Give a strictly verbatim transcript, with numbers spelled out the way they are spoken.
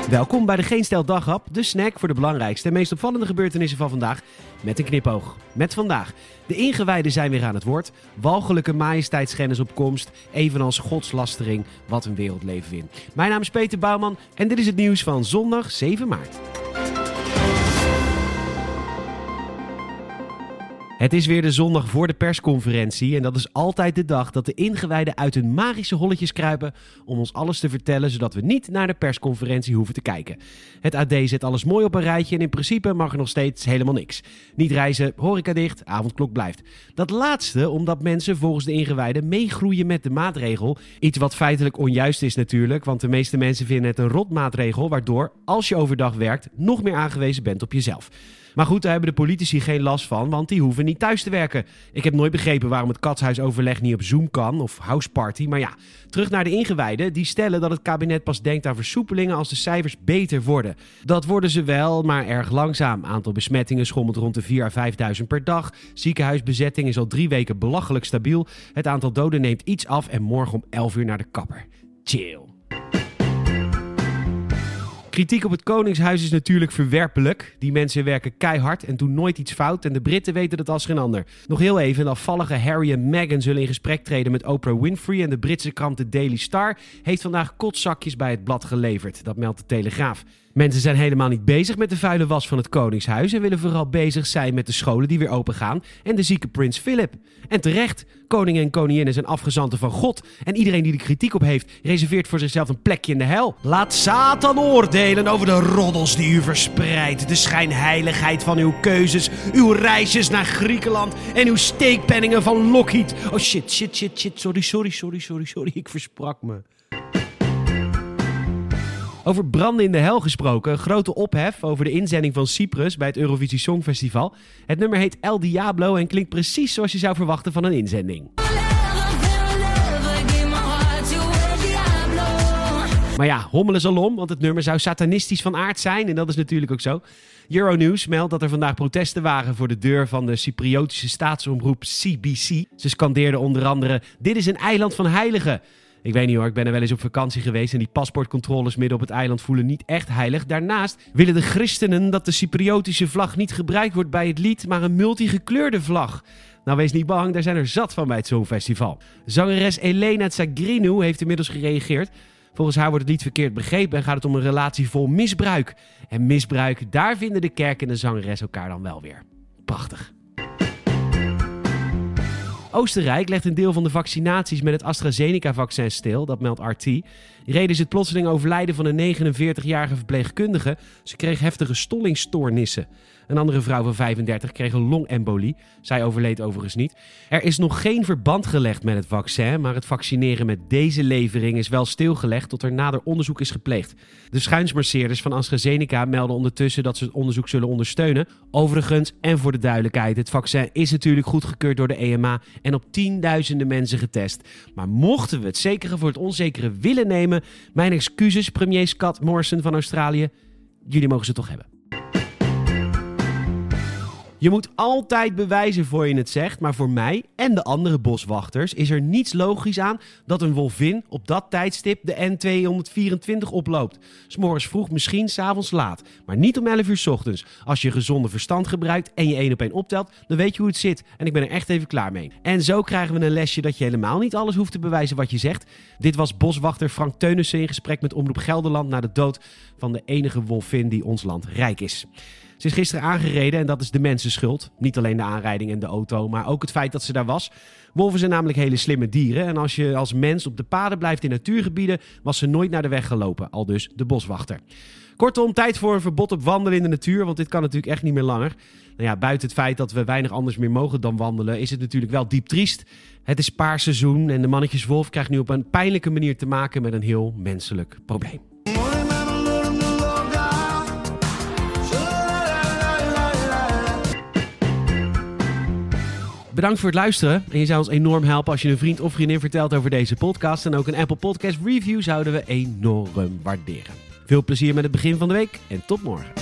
Welkom bij de Geen Stijl Daghap, de snack voor de belangrijkste en meest opvallende gebeurtenissen van vandaag met een knipoog. Met vandaag, de ingewijden zijn weer aan het woord, walgelijke majesteitsschennis op komst, evenals godslastering, wat een wereld leven we in. Mijn naam is Peter Bouwman en dit is het nieuws van zondag zeven maart. Het is weer de zondag voor de persconferentie en dat is altijd de dag dat de ingewijden uit hun magische holletjes kruipen om ons alles te vertellen, zodat we niet naar de persconferentie hoeven te kijken. Het A D zet alles mooi op een rijtje en in principe mag er nog steeds helemaal niks. Niet reizen, horeca dicht, avondklok blijft. Dat laatste omdat mensen volgens de ingewijden meegroeien met de maatregel. Iets wat feitelijk onjuist is natuurlijk, want de meeste mensen vinden het een rotmaatregel, waardoor, als je overdag werkt, nog meer aangewezen bent op jezelf. Maar goed, daar hebben de politici geen last van, want die hoeven niet thuis te werken. Ik heb nooit begrepen waarom het katshuisoverleg niet op Zoom kan of houseparty. Maar ja, terug naar de ingewijden. Die stellen dat het kabinet pas denkt aan versoepelingen als de cijfers beter worden. Dat worden ze wel, maar erg langzaam. Aantal besmettingen schommelt rond de vier à vijfduizend per dag. Ziekenhuisbezetting is al drie weken belachelijk stabiel. Het aantal doden neemt iets af en morgen om elf uur naar de kapper. Chill. Kritiek op het Koningshuis is natuurlijk verwerpelijk. Die mensen werken keihard en doen nooit iets fout en de Britten weten dat als geen ander. Nog heel even, de afvallige Harry en Meghan zullen in gesprek treden met Oprah Winfrey en de Britse krant The Daily Star heeft vandaag kotzakjes bij het blad geleverd. Dat meldt de Telegraaf. Mensen zijn helemaal niet bezig met de vuile was van het Koningshuis en willen vooral bezig zijn met de scholen die weer open gaan en de zieke prins Philip. En terecht, koningen en koninginnen zijn afgezanten van God en iedereen die er kritiek op heeft reserveert voor zichzelf een plekje in de hel. Laat Satan oordelen over de roddels die u verspreidt, de schijnheiligheid van uw keuzes, uw reisjes naar Griekenland en uw steekpenningen van Lockheed. Oh shit, shit, shit, shit, sorry, sorry, sorry, sorry, sorry, ik versprak me. Over branden in de hel gesproken, een grote ophef over de inzending van Cyprus bij het Eurovisie Songfestival. Het nummer heet El Diablo en klinkt precies zoals je zou verwachten van een inzending. Maar ja, hommelen zal om, want het nummer zou satanistisch van aard zijn en dat is natuurlijk ook zo. Euronews meldt dat er vandaag protesten waren voor de deur van de Cypriotische staatsomroep C B C. Ze scandeerden onder andere, dit is een eiland van heiligen. Ik weet niet hoor, ik ben er wel eens op vakantie geweest en die paspoortcontroles midden op het eiland voelen niet echt heilig. Daarnaast willen de christenen dat de Cypriotische vlag niet gebruikt wordt bij het lied, maar een multigekleurde vlag. Nou, wees niet bang, daar zijn er zat van bij het Songfestival. Zangeres Elena Tsagrinou heeft inmiddels gereageerd. Volgens haar wordt het lied verkeerd begrepen en gaat het om een relatie vol misbruik. En misbruik, daar vinden de kerk en de zangeres elkaar dan wel weer. Prachtig. Oostenrijk legt een deel van de vaccinaties met het AstraZeneca-vaccin stil, dat meldt R T. Reden is het plotseling overlijden van een negenenveertigjarige verpleegkundige. Ze kreeg heftige stollingstoornissen. Een andere vrouw van vijfendertig kreeg een longembolie. Zij overleed overigens niet. Er is nog geen verband gelegd met het vaccin, maar het vaccineren met deze levering is wel stilgelegd tot er nader onderzoek is gepleegd. De schuinsmarcheerders van AstraZeneca melden ondertussen dat ze het onderzoek zullen ondersteunen. Overigens, en voor de duidelijkheid, het vaccin is natuurlijk goedgekeurd door de E M A en op tienduizenden mensen getest. Maar mochten we het zekere voor het onzekere willen nemen, mijn excuses, premier Scott Morrison van Australië, jullie mogen ze toch hebben. Je moet altijd bewijzen voor je het zegt, maar voor mij en de andere boswachters is er niets logisch aan dat een wolvin op dat tijdstip de N tweehonderdvierentwintig oploopt. 's Morgens vroeg, misschien 's avonds laat, maar niet om elf uur 's ochtends. Als je gezonde verstand gebruikt en je één op één optelt, dan weet je hoe het zit. En ik ben er echt even klaar mee. En zo krijgen we een lesje dat je helemaal niet alles hoeft te bewijzen wat je zegt. Dit was boswachter Frank Teunissen in gesprek met Omroep Gelderland na de dood van de enige wolvin die ons land rijk is. Ze is gisteren aangereden en dat is de mensen schuld. Niet alleen de aanrijding en de auto, maar ook het feit dat ze daar was. Wolven zijn namelijk hele slimme dieren en als je als mens op de paden blijft in natuurgebieden, was ze nooit naar de weg gelopen, aldus de boswachter. Kortom, tijd voor een verbod op wandelen in de natuur, want dit kan natuurlijk echt niet meer langer. Nou ja, buiten het feit dat we weinig anders meer mogen dan wandelen, is het natuurlijk wel diep triest. Het is paarseizoen en de mannetjeswolf krijgt nu op een pijnlijke manier te maken met een heel menselijk probleem. Bedankt voor het luisteren. En je zou ons enorm helpen als je een vriend of vriendin vertelt over deze podcast. En ook een Apple Podcast review zouden we enorm waarderen. Veel plezier met het begin van de week en tot morgen.